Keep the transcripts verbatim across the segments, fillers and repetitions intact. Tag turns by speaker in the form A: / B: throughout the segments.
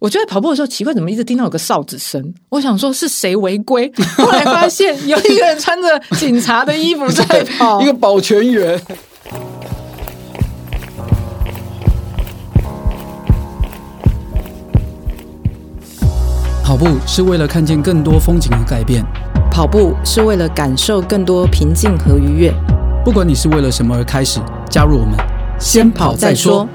A: 我就在跑步的时候奇怪怎么一直听到有个哨子声，我想说是谁违规，后来发现有一个人穿着警察的衣服在跑
B: 一个保全员。跑步是为了看见更多风景和改变，
A: 跑步是为了感受更多平静和愉悦。
B: 不管你是为了什么而开始，加入我们，先跑再说。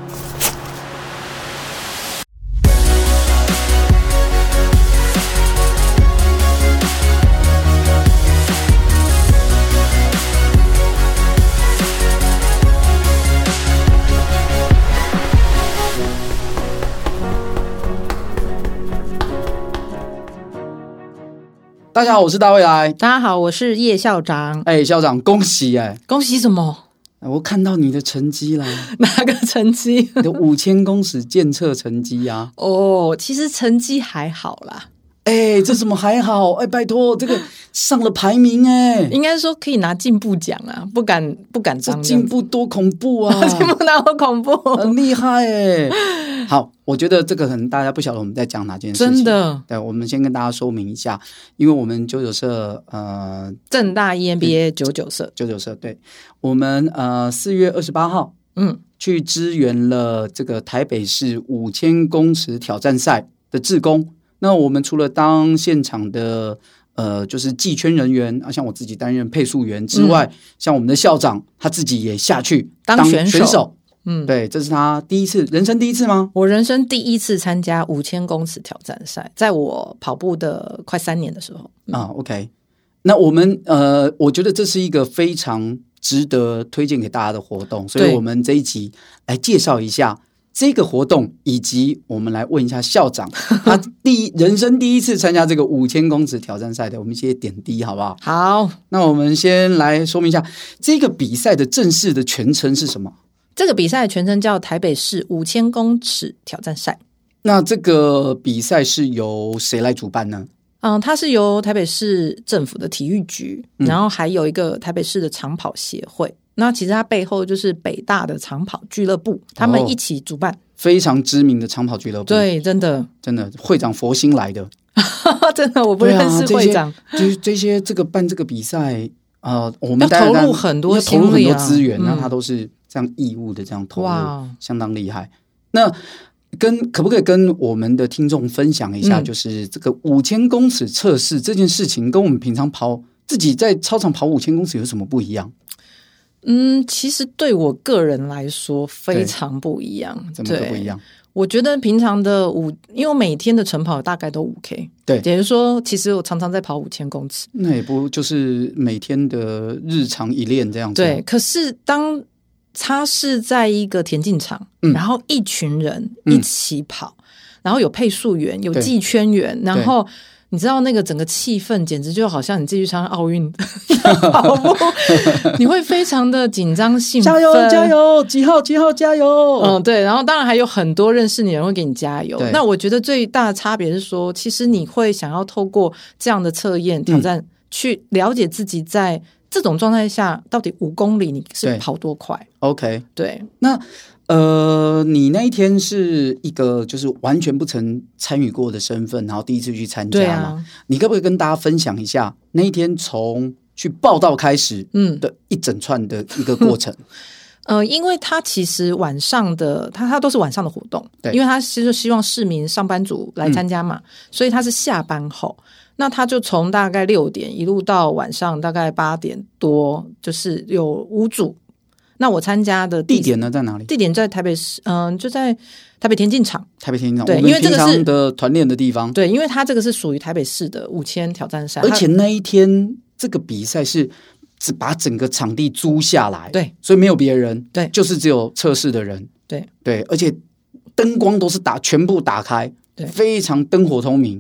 B: 大家好，我是大未来。
A: 大家好，我是叶校长。
B: 哎，校长，恭喜哎！
A: 恭喜什么？
B: 我看到你的成绩啦。
A: 哪个成绩？
B: 你的五千公尺健测成绩啊。
A: 哦，其实成绩还好啦。
B: 哎，这怎么还好？哎，拜托，这个上了排名哎，
A: 应该说可以拿进步奖啊，不敢不敢当。
B: 这进步多恐怖啊！
A: 进步哪有恐怖？
B: 很厉害哎。好，我觉得这个可能大家不晓得我们在讲哪件事情。
A: 真的，
B: 对，我们先跟大家说明一下，因为我们九九社呃，
A: 政大 E M B A 九九社，
B: 九九社，对，我们呃四月二十八号，嗯，去支援了这个台北市五千公尺挑战赛的志工。那我们除了当现场的呃，就是计圈人员啊，像我自己担任配速员之外，嗯、像我们的校长他自己也下去当选手。选手嗯，对，这是他第一次，人生第一次吗？
A: 我人生第一次参加五千公尺挑战赛，在我跑步的快三年的时候、
B: 嗯、啊 ，OK。那我们呃，我觉得这是一个非常值得推荐给大家的活动，所以我们这一集来介绍一下这个活动，以及我们来问一下校长，他第一人生第一次参加这个五千公尺挑战赛的我们一些点滴，好不好？
A: 好，
B: 那我们先来说明一下这个比赛的正式的全称是什么？
A: 这个比赛的全称叫台北市五千公尺挑战赛。
B: 那这个比赛是由谁来主办呢？
A: 嗯，它是由台北市政府的体育局，然后还有一个台北市的长跑协会。那其实它背后就是北大的长跑俱乐部，他们一起主办、哦、
B: 非常知名的长跑俱乐部。
A: 对，真的
B: 真的会长佛心来的
A: 真的我不认识会长、
B: 啊、就是这些这个办这个比赛呃，我们
A: 要投入很多心力、啊、
B: 要投入很多资源、嗯、那他都是这样义务的这样投入，相当厉害。那跟可不可以跟我们的听众分享一下、嗯、就是这个五千公尺测试这件事情跟我们平常跑自己在操场跑五千公尺有什么不一样？
A: 嗯，其实对我个人来说非常不一样。
B: 怎么个不一样？
A: 我觉得平常的五，因为我每天的晨跑大概都 五 K， 对，也就是说其实我常常在跑五千公尺，
B: 那也不就是每天的日常一练这样子。
A: 对，可是当它是在一个田径场、嗯、然后一群人一起跑、嗯、然后有配速员有计圈员，然后你知道那个整个气氛简直就好像你继续参加奥运跑步你会非常的紧张兴奋，
B: 加油加油，几号几号加油。
A: 嗯，对，然后当然还有很多认识你的人会给你加油。那我觉得最大的差别是说，其实你会想要透过这样的测验挑战、嗯、去了解自己在这种状态下到底五公里你是跑多快。
B: OK，
A: 对。
B: 那呃，你那一天是一个就是完全不曾参与过的身份，然后第一次去参加嘛、啊、你可不可以跟大家分享一下那一天从去报到开始的一整串的一个过程？
A: 呃，因为他其实晚上的他他都是晚上的活动，对，因为他其实希望市民上班族来参加嘛、嗯、所以他是下班后，那他就从大概六点一路到晚上大概八点多，就是有五组。那我参加的 地,
B: 地点呢在哪里？
A: 地点在台北市，嗯，就在台北田径场。
B: 台北田径场，
A: 对，
B: 我们平常的团练的地方。
A: 对，因为它这个是属于台北市的五千挑战赛，
B: 而且那一天这个比赛是只把整个场地租下来，
A: 对，
B: 所以没有别人，
A: 对，
B: 就是只有测试的人，
A: 对对，
B: 而且灯光都是打全部打开，对，非常灯火通明。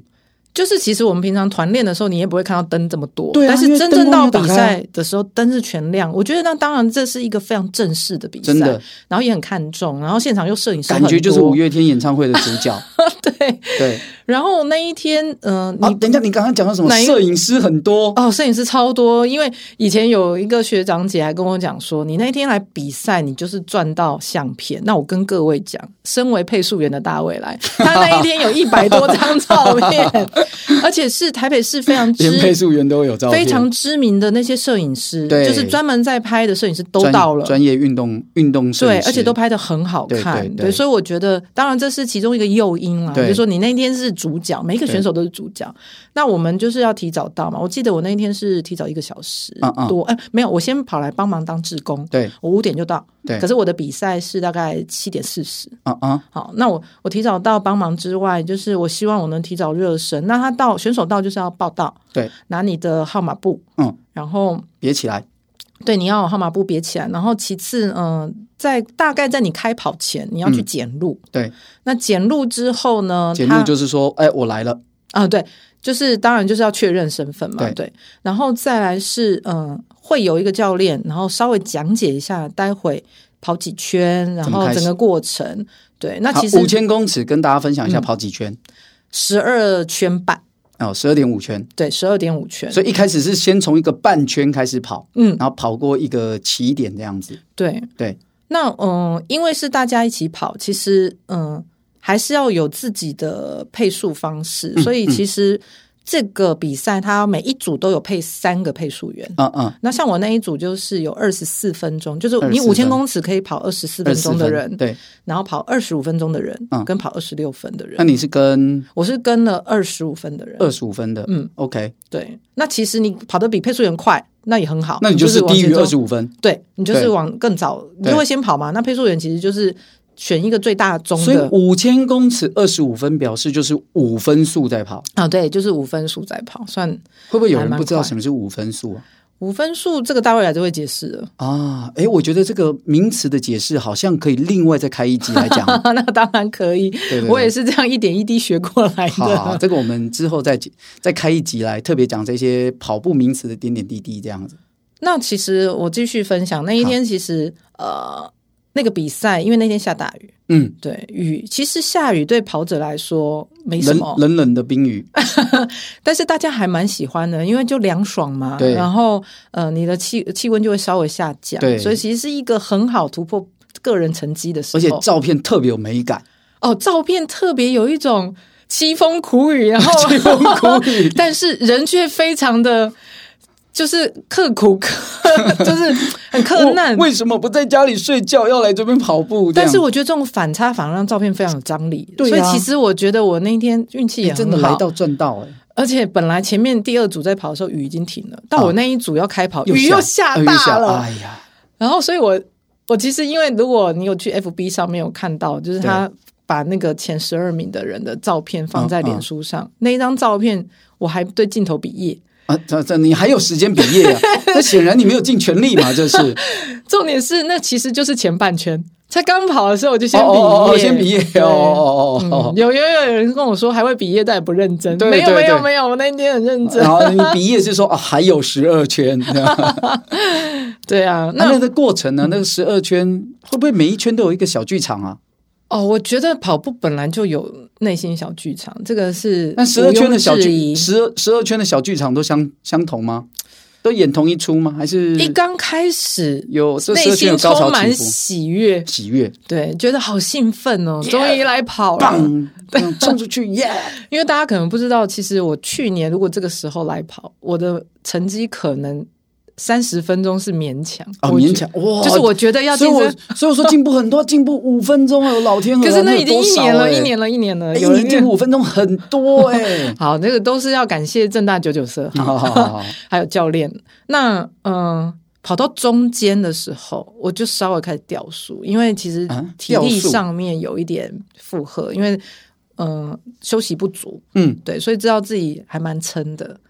A: 就是其实我们平常团练的时候，你也不会看到灯这么多，
B: 对啊，
A: 但是真正到比赛的时候，灯是全亮。我觉得那当然这是一个非常正式的比赛，真的，然后也很看重，然后现场又摄影师很多，
B: 感觉就是五月天演唱会的主角。
A: 对
B: 对。
A: 然后那一天，嗯、呃，
B: 你、啊、等一下，你刚刚讲到什么？摄影师很多
A: 哦，摄影师超多。因为以前有一个学长姐还跟我讲说，你那一天来比赛，你就是赚到相片。那我跟各位讲，身为配速员的大卫来，他那一天有一百多张照片，而且是台北市非常知
B: 连配速员都有照片，
A: 非常知名的那些摄影师，就是专门在拍的摄影师都到了，
B: 专业运动运动摄影师，
A: 对，而且都拍得很好看。
B: 对对对
A: 对，所以我觉得，当然这是其中一个诱因啦，就是说你那天是主角，每一个选手都是主角。那我们就是要提早到嘛。我记得我那一天是提早一个小时多，哎、嗯嗯，没有，我先跑来帮忙当志工，
B: 对，
A: 我五点就到，
B: 对。
A: 可是我的比赛是大概七点四十，
B: 嗯嗯。
A: 好，那我我提早到帮忙之外，就是我希望我能提早热身。那他到选手到就是要报到，
B: 对，
A: 拿你的号码布，
B: 嗯，
A: 然后
B: 别起来。
A: 对，你要有号码布别起来，然后其次，嗯、呃，在大概在你开跑前，你要去检录、嗯。
B: 对，
A: 那检录之后呢？
B: 检录就是说，哎，我来了
A: 啊，对，就是当然就是要确认身份嘛， 对, 对。然后再来是，嗯、呃，会有一个教练，然后稍微讲解一下，待会跑几圈，然后整个过程。对，那其实
B: 五千公尺跟大家分享一下跑几圈，
A: 十二圈半。
B: 哦，十二点五圈，
A: 对，十二点五圈。
B: 所以一开始是先从一个半圈开始跑，
A: 嗯，
B: 然后跑过一个起点这样子。
A: 对
B: 对。
A: 那嗯，因为是大家一起跑，其实嗯，还是要有自己的配速方式，嗯、所以其实这个比赛它每一组都有配三个配速员。
B: 嗯嗯。
A: 那像我那一组就是有二十四分钟，就是你五千公尺可以跑二十四分钟的人，
B: 对，
A: 然后跑二十五分钟的人，嗯，跟跑二十六分的人。
B: 那你是跟？
A: 我是跟了二十五分的人，
B: 二十五分的，
A: 嗯
B: ，OK。
A: 对，那其实你跑得比配速员快，那也很好。
B: 那你就是低于二十五分，
A: 对，你就是往更早，你就会先跑嘛。那配速员其实就是选一个最大宗的，
B: 所以五千公尺二十五分表示就是五分速在跑
A: 啊，对，就是五分速在跑，算
B: 会不会有人不知道什么是五分速啊？
A: 五分速这个大卫来就会解释了
B: 啊，哎，我觉得这个名词的解释好像可以另外再开一集来讲。
A: 那当然可以，对对对，我也是这样一点一滴学过来的。
B: 好，好，这个我们之后再再开一集来特别讲这些跑步名词的点点滴滴这样子。
A: 那其实我继续分享那一天，其实呃那个比赛，因为那天下大雨，
B: 嗯，
A: 对，雨其实下雨对跑者来说没什么，
B: 冷冷的冰雨，
A: 但是大家还蛮喜欢的，因为就凉爽嘛，
B: 对，
A: 然后呃你的气气温就会稍微下降，
B: 对，
A: 所以其实是一个很好突破个人成绩的时候，
B: 而且照片特别有美感
A: 哦，照片特别有一种凄风苦雨，然后
B: 凄风苦雨，
A: 但是人却非常的。就是刻苦刻，就是很克难。
B: 为什么不在家里睡觉，要来这边跑步？
A: 但是我觉得这种反差反而让照片非常有张力。
B: 对、啊，
A: 所以其实我觉得我那天运气也很好，
B: 真的来到赚到哎、欸！
A: 而且本来前面第二组在跑的时候雨已经停了，到我那一组要开跑，啊、雨又下大了。
B: 哎呀！
A: 然后所以我我其实因为如果你有去 F B 上面有看到，就是他把那个前十二名的人的照片放在脸书上，嗯嗯、那一张照片我还对镜头比耶。
B: 啊，这这你还有时间比耶啊？那显然你没有尽全力嘛，这是。
A: 重点是，那其实就是前半圈，才刚跑的时候我就先比耶，
B: 哦哦哦先比耶哦哦哦、
A: 嗯。有有有人跟我说还会比耶，但也不认真。
B: 对
A: 没有没有没有，我那天很认真。
B: 然后你比耶是说啊，还有十二圈。
A: 对啊，
B: 那那个过程呢？那个十二圈会不会每一圈都有一个小剧场啊？
A: 哦，我觉得跑步本来就有内心小剧场，这个是
B: 那十二圈的小剧十二十二圈的小剧场都相相同吗？都演同一出吗？还是
A: 一刚开始
B: 有这
A: 内心充满喜悦，
B: 喜悦，
A: 对，觉得好兴奋哦，终于来跑了，
B: 冲出去耶！ Yeah!
A: 因为大家可能不知道，其实我去年如果这个时候来跑，我的成绩可能。三十分钟是勉强
B: 哦，勉强哇！
A: 就是我觉得要进步，
B: 所以我说进步很多，进步五分钟啊！老天鹅，
A: 可是那已经一年了，欸、一年了，一年了，
B: 有人进步五分钟很多哎、欸。
A: 好，那个都是要感谢政大九九社，
B: 好好好，
A: 还有教练。那嗯、呃，跑到中间的时候，我就稍微开始掉速，因为其实体力上面有一点负荷，因为嗯、呃、休息不足，
B: 嗯，
A: 对，所以知道自己还蛮撑的。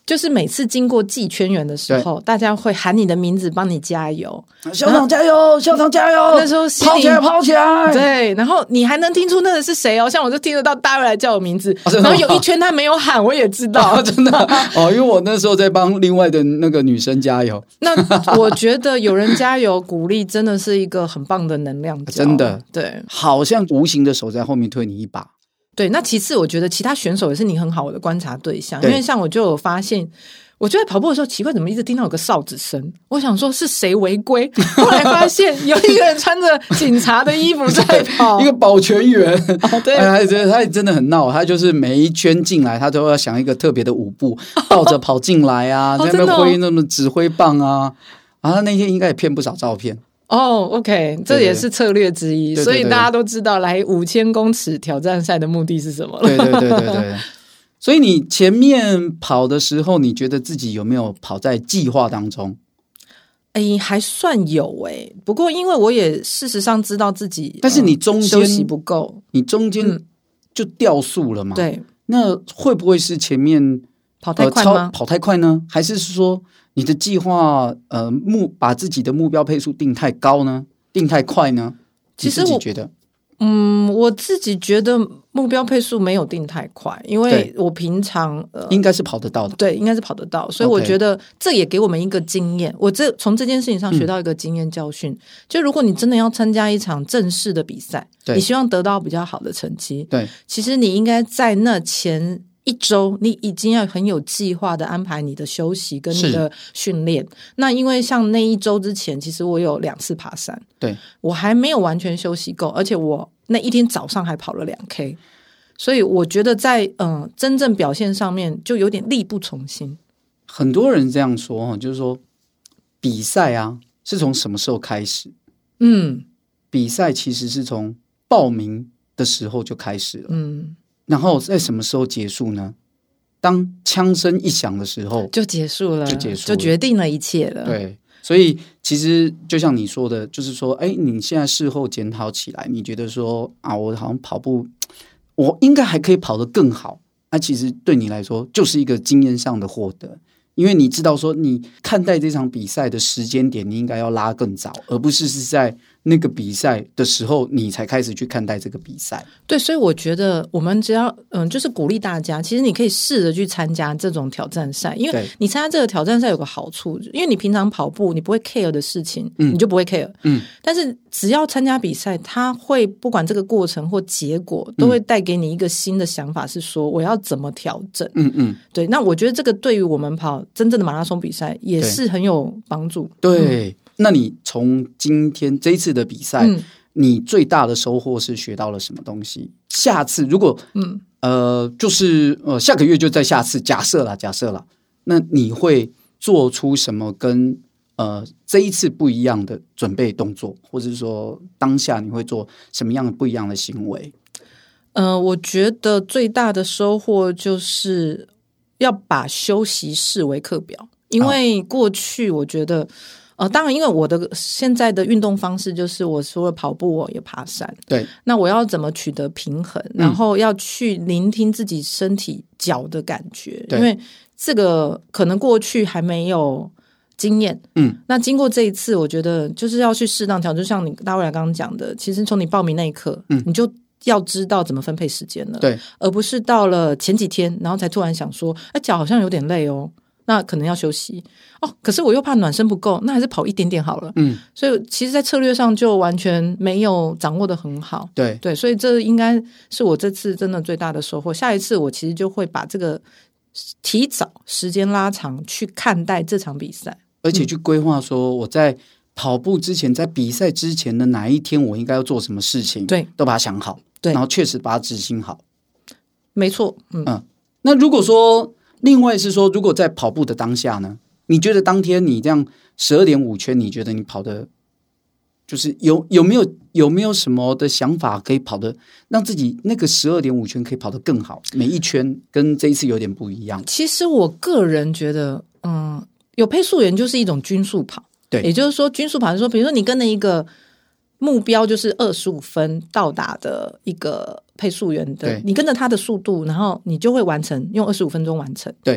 A: 就是每次经过季圈员的时候，大家会喊你的名字帮你加油，
B: 校长加油，校长加油，
A: 那时候
B: 跑起来跑起来，
A: 对，然后你还能听出那个是谁哦，像我就听得到大家来叫我名字、
B: 哦、
A: 然后有一圈他没有喊我也知道、
B: 哦、真的哦，因为我那时候在帮另外的那个女生加油。
A: 那我觉得有人加油鼓励真的是一个很棒的能量胶，
B: 真的，
A: 对，
B: 好像无形的手在后面推你一把。
A: 对，那其次我觉得其他选手也是你很好的观察对象，因为像我就有发现，我就在跑步的时候奇怪怎么一直听到有个哨子声，我想说是谁违规，后来发现有一个人穿着警察的衣服在跑
B: 一个保全员、
A: 哦、对、
B: 哎、他也真的很闹，他就是每一圈进来他都要想一个特别的舞步，倒着跑进来啊、哦、在那边挥那么指挥棒啊，啊他那天应该也骗不少照片
A: 哦、oh, OK， 这也是策略之一，对对对，所以大家都知道来五千公尺挑战赛的目的是什么了。
B: 对对对对对。所以你前面跑的时候，你觉得自己有没有跑在计划当中？
A: 哎，还算有哎，不过因为我也事实上知道自己，
B: 但是你中间、
A: 呃、休息不够，
B: 你中间就掉速了嘛？
A: 嗯、对，
B: 那会不会是前面
A: 跑太快吗？
B: 呃、跑太快呢？还是说你的计划呃目把自己的目标配速定太高呢？定太快呢？
A: 其实我
B: 你自己觉得？
A: 嗯，我自己觉得目标配速没有定太快，因为我平常呃
B: 应该是跑得到的，
A: 对，应该是跑得到，所以我觉得这也给我们一个经验。我这从这件事情上学到一个经验教训、嗯，就如果你真的要参加一场正式的比赛，你希望得到比较好的成绩，
B: 对，
A: 其实你应该在那前一周你已经要很有计划的安排你的休息跟你的训练。那因为像那一周之前其实我有两次爬山，
B: 对，我
A: 还没有完全休息够，而且我那一天早上还跑了 两 K， 所以我觉得在嗯真正表现上面就有点力不从心。
B: 很多人这样说，就是说比赛啊是从什么时候开始？嗯，比赛其实是从报名的时候就开始了，嗯，然后在什么时候结束呢？当枪声一响的时候
A: 就结束了，
B: 就结束了，
A: 就决定了一切了。
B: 对，所以其实就像你说的，就是说，哎，你现在事后检讨起来，你觉得说啊，我好像跑步，我应该还可以跑得更好。那、啊、其实对你来说，就是一个经验上的获得。因为你知道说你看待这场比赛的时间点你应该要拉更早，而不是是在那个比赛的时候你才开始去看待这个比赛。
A: 对，所以我觉得我们只要嗯，就是鼓励大家，其实你可以试着去参加这种挑战赛，因为你参加这个挑战赛有个好处，因为你平常跑步你不会 care 的事情、嗯、你就不会 care， 嗯，但是只要参加比赛，它会不管这个过程或结果都会带给你一个新的想法，是说我要怎么调整。嗯嗯，对，那我觉得这个对于我们跑真正的马拉松比赛也是很有帮助。
B: 对、嗯，那你从今天这一次的比赛、嗯、你最大的收获是学到了什么东西？下次如果嗯呃就是呃下个月就在下次，假设啦假设啦，那你会做出什么跟呃这一次不一样的准备动作，或者是说当下你会做什么样的不一样的行为？
A: 呃我觉得最大的收获就是要把休息视为课表，因为过去我觉得、哦、呃，当然因为我的现在的运动方式就是我除了跑步我也爬山，
B: 对，
A: 那我要怎么取得平衡、嗯、然后要去聆听自己身体脚的感觉，因为这个可能过去还没有经验，嗯，那经过这一次我觉得就是要去适当调整，就像你大卫来刚刚讲的，其实从你报名那一刻、嗯、你就要知道怎么分配时间了，
B: 对，
A: 而不是到了前几天然后才突然想说哎，脚好像有点累哦，那可能要休息哦，可是我又怕暖身不够，那还是跑一点点好了，嗯，所以其实在策略上就完全没有掌握得很好，
B: 对
A: 对，所以这应该是我这次真的最大的收获。下一次我其实就会把这个提早时间拉长去看待这场比赛，
B: 而且去规划说我在跑步之前，在比赛之前的哪一天我应该要做什么事情，
A: 对，
B: 都把它想好，
A: 对，
B: 然后确实把它执行好，
A: 没错，嗯
B: 嗯。那如果说另外是说，如果在跑步的当下呢，你觉得当天你这样十二点五圈，你觉得你跑的就是有有没有有没有什么的想法可以跑的让自己那个十二点五圈可以跑得更好，每一圈跟这一次有点不一样？
A: 其实我个人觉得嗯，有配速员就是一种均速跑，
B: 对，
A: 也就是说均速跑是说比如说你跟了一个目标就是二十五分到达的一个配速员的，你跟着他的速度，然后你就会完成，用二十五分钟完成。
B: 对，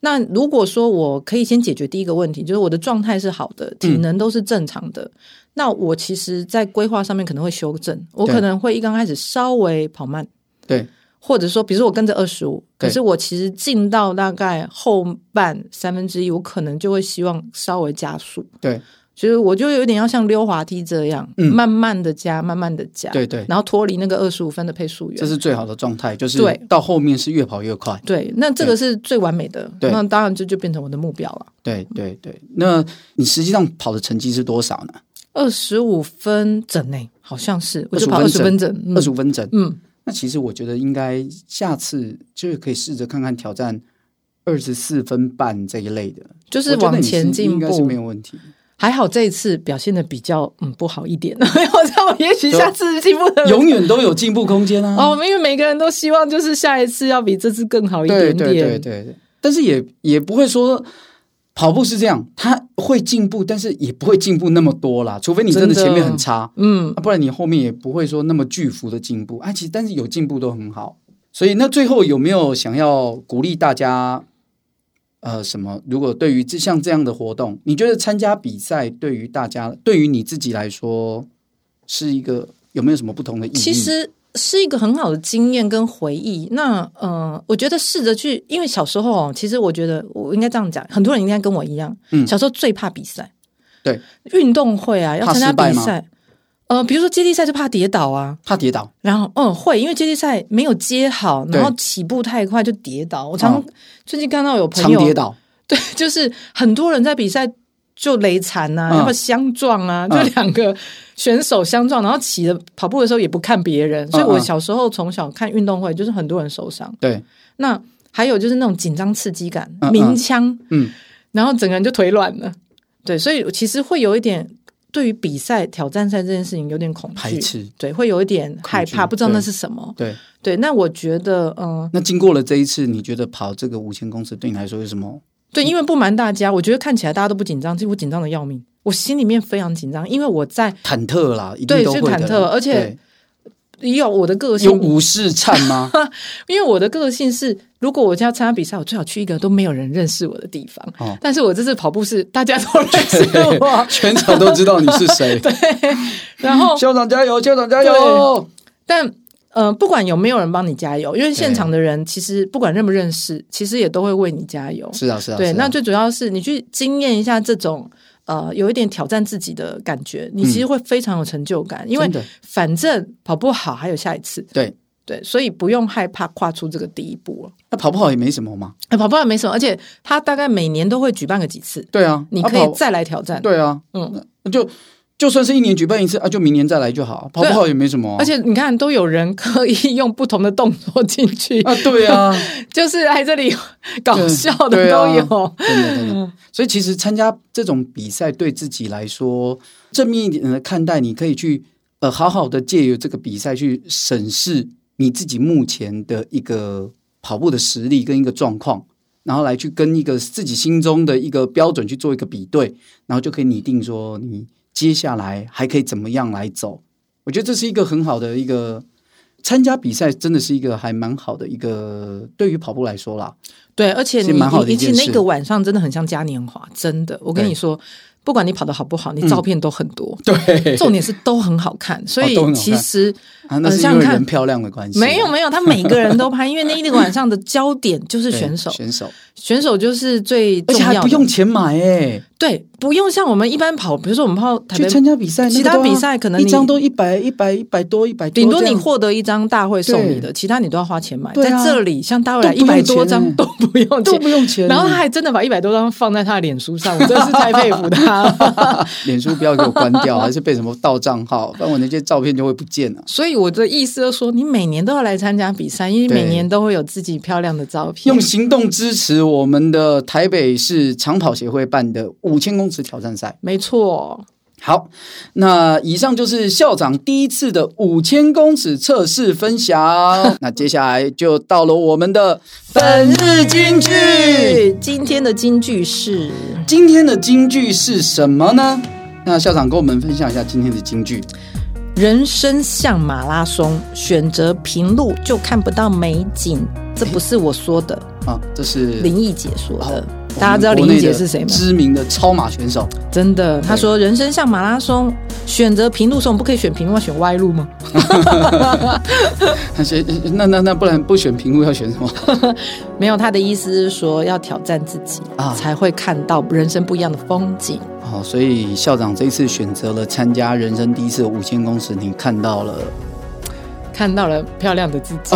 A: 那如果说我可以先解决第一个问题，就是我的状态是好的，体能都是正常的，嗯、那我其实在规划上面可能会修正，我可能会一刚开始稍微跑慢，
B: 对，
A: 或者说比如说我跟着二十五，可是我其实进到大概后半三分之一，我可能就会希望稍微加速，
B: 对。
A: 就是我就有点要像溜滑梯这样、嗯、慢慢的加慢慢的加，
B: 对对，
A: 然后脱离那个二十五分的配速员，
B: 这是最好的状态，就是到后面是越跑越快，
A: 对，那这个是最完美的，那当然这就变成我的目标了。
B: 对对对，那你实际上跑的成绩是多少呢？
A: 二十五分整内，好像是，我就跑二十分整，
B: 二十五分整，
A: 嗯，
B: 那其实我觉得应该下次就可以试着看看挑战二十四分半这一类的，
A: 就是往前进步，
B: 应该是没有问题。
A: 还好这一次表现的比较嗯不好一点，我知我也许下次进步的
B: 永远都有进步空间啊！
A: 哦，因为每个人都希望就是下一次要比这次更好一点点，
B: 对对对对对。但是也也不会说跑步是这样，他会进步，但是也不会进步那么多啦，除非你真的前面很差，嗯、啊，不然你后面也不会说那么巨幅的进步。啊，其实但是有进步都很好。所以那最后有没有想要鼓励大家？呃，什么？如果对于像这样的活动，你觉得参加比赛对于大家，对于你自己来说，是一个有没有什么不同的意义？
A: 其实是一个很好的经验跟回忆。那呃，我觉得试着去，因为小时候其实我觉得我应该这样讲，很多人应该跟我一样，嗯，小时候最怕比赛，
B: 对，
A: 运动会啊，要参加比赛。呃，比如说接力赛就怕跌倒啊，
B: 怕跌倒，
A: 然后嗯会，因为接力赛没有接好，然后起步太快就跌倒。我常、哦、最近看到有朋友
B: 常跌倒，
A: 对，就是很多人在比赛就雷残啊，嗯、要不相撞啊，就两个选手相撞，然后起了跑步的时候也不看别人，所以我小时候从小看运动会，就是很多人受伤。
B: 对，
A: 那还有就是那种紧张刺激感，嗯、鸣枪，嗯，然后整个人就腿软了。对，所以其实会有一点。对于比赛挑战赛这件事情有点恐惧，
B: 排斥，
A: 对，会有一点害怕，不知道那是什么。
B: 对
A: 对，那我觉得，嗯、呃，
B: 那经过了这一次，你觉得跑这个五千公尺对你来说有什么？
A: 对，因为不瞒大家，我觉得看起来大家都不紧张，其实我紧张的要命，我心里面非常紧张，因为我在
B: 忐忑啦，一定都会的，
A: 对，是忐忑，而且有我的个性，
B: 有武士颤吗？
A: 因为我的个性是，如果我要参加比赛，我最好去一个都没有人认识我的地方。哦、但是我这次跑步是大家都认识我，
B: 全场都知道你是谁。
A: 对，然后
B: 校长加油，校长加油！
A: 但呃，不管有没有人帮你加油，因为现场的人其实不管认不认识，其实也都会为你加油。
B: 是啊，是啊。
A: 对，
B: 是啊、
A: 那最主要是你去经验一下这种。呃，有一点挑战自己的感觉，你其实会非常有成就感，嗯、因为反正跑不好还有下一次，
B: 对
A: 对，所以不用害怕跨出这个第一步了。
B: 那跑不好也没什么嘛，
A: 欸、跑不好也没什么，而且他大概每年都会举办个几次，
B: 对啊，
A: 你可以再来挑战，
B: 对啊，嗯，就就算是一年举办一次啊，就明年再来就好，跑不好也没什么、啊。
A: 而且你看，都有人刻意用不同的动作进去
B: 啊，对啊，
A: 就是来这里搞笑的都有，
B: 啊、真的真的。所以其实参加这种比赛对自己来说正面一点的看待，你可以去呃好好的借由这个比赛去审视你自己目前的一个跑步的实力跟一个状况，然后来去跟一个自己心中的一个标准去做一个比对，然后就可以拟定说你接下来还可以怎么样来走。我觉得这是一个很好的一个参加比赛，真的是一个还蛮好的一个对于跑步来说啦。
A: 对，而且你你其实那个晚上真的很像嘉年华，真的，我跟你说，不管你跑得好不好，你照片都很多，
B: 嗯、对，
A: 重点是都很好看，所以其实、
B: 哦、啊，那是因为人漂亮的关系、啊，
A: 没有没有，他每个人都拍，因为那一个晚上的焦点就是选手，
B: 选手
A: 选手就是最重要的，
B: 而且还不用钱买哎，
A: 对，不用像我们一般跑，比如说我们跑台北
B: 去参加比赛，
A: 其他比赛可能
B: 一张都一百一百一百多一百多，
A: 顶多你获得一张大会送你的，其他你都要花钱买。啊、在这里，像大会来一百多张都不用钱，
B: 都不用钱。
A: 然后他还真的把一百多张放在他的脸书上，我真的是太佩服他了。
B: 脸书不要给我关掉，还是被什么盗账号，不然我那些照片就会不见了。
A: 所以我的意思就是说，你每年都要来参加比赛，因为每年都会有自己漂亮的照片。
B: 用行动支持我们的台北市长跑协会办的五千公尺挑战赛。
A: 没错。
B: 好，那以上就是校长第一次的五千公尺测试分享。那接下来就到了我们的本日金句。
A: 今天的金句是
B: 今天的金句是什么呢？那校长跟我们分享一下今天的金句。
A: 人生像马拉松，选择平路就看不到美景，这不是我说的
B: 啊，这是
A: 林忆姐说的。哦，大家知道林忆姐是谁吗？
B: 知名的超马选手。
A: 真的，她说人生像马拉松，选择平路的时候，我们不可以选平路，要选歪路吗？
B: 那那那不然不选平路要选什么？
A: 没有，他的意思是说要挑战自己，啊，才会看到人生不一样的风景。
B: 哦，所以校长这一次选择了参加人生第一次的五千公尺，你看到了。
A: 看到了漂亮的自己，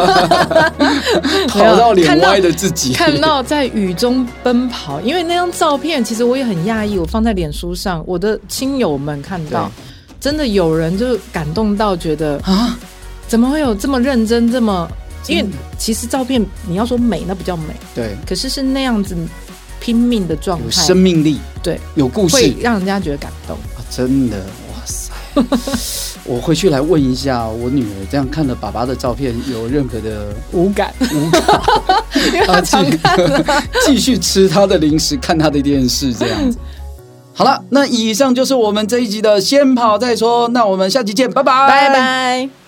B: 跑到脸歪的自己，
A: 看 到, 看到在雨中奔跑，因为那张照片其实我也很讶异，我放在脸书上，我的亲友们看到，真的有人就感动到觉得啊，怎么会有这么认真这么，因为其实照片你要说美那不叫美，对，可是是那样子拼命的状态，有
B: 生命力，
A: 对，
B: 有故事，
A: 会让人家觉得感动，
B: 啊，真的，哇塞。我回去来问一下我女儿，这样看了爸爸的照片有任何的
A: 无感？
B: 无感，
A: 因为他常看、
B: 啊、继续吃他的零食，看他的电视，这样子。好了，那以上就是我们这一集的先跑再说，那我们下期见，拜拜，
A: 拜拜。